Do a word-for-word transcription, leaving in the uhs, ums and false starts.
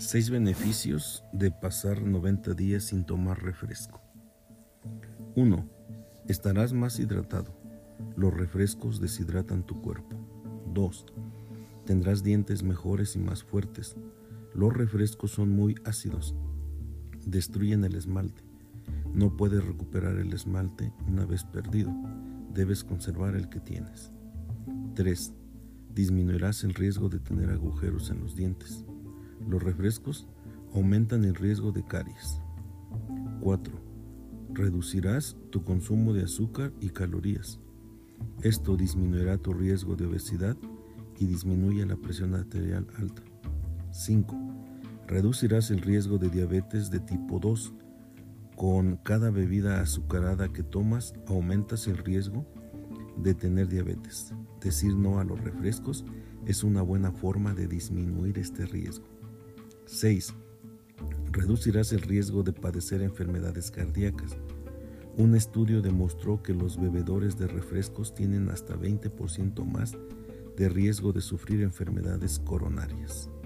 Seis beneficios de pasar noventa días sin tomar refresco. uno. Estarás más hidratado. Los refrescos deshidratan tu cuerpo. dos. Tendrás dientes mejores y más fuertes. Los refrescos son muy ácidos. Destruyen el esmalte. No puedes recuperar el esmalte una vez perdido. Debes conservar el que tienes. tres. Disminuirás el riesgo de tener agujeros en los dientes. Los refrescos aumentan el riesgo de caries. cuatro. Reducirás tu consumo de azúcar y calorías. Esto disminuirá tu riesgo de obesidad y disminuye la presión arterial alta. cinco. Reducirás el riesgo de diabetes de tipo dos. Con cada bebida azucarada que tomas, aumentas el riesgo de tener diabetes. Decir no a los refrescos es una buena forma de disminuir este riesgo. seis. Reducirás el riesgo de padecer enfermedades cardíacas. Un estudio demostró que los bebedores de refrescos tienen hasta veinte por ciento más de riesgo de sufrir enfermedades coronarias.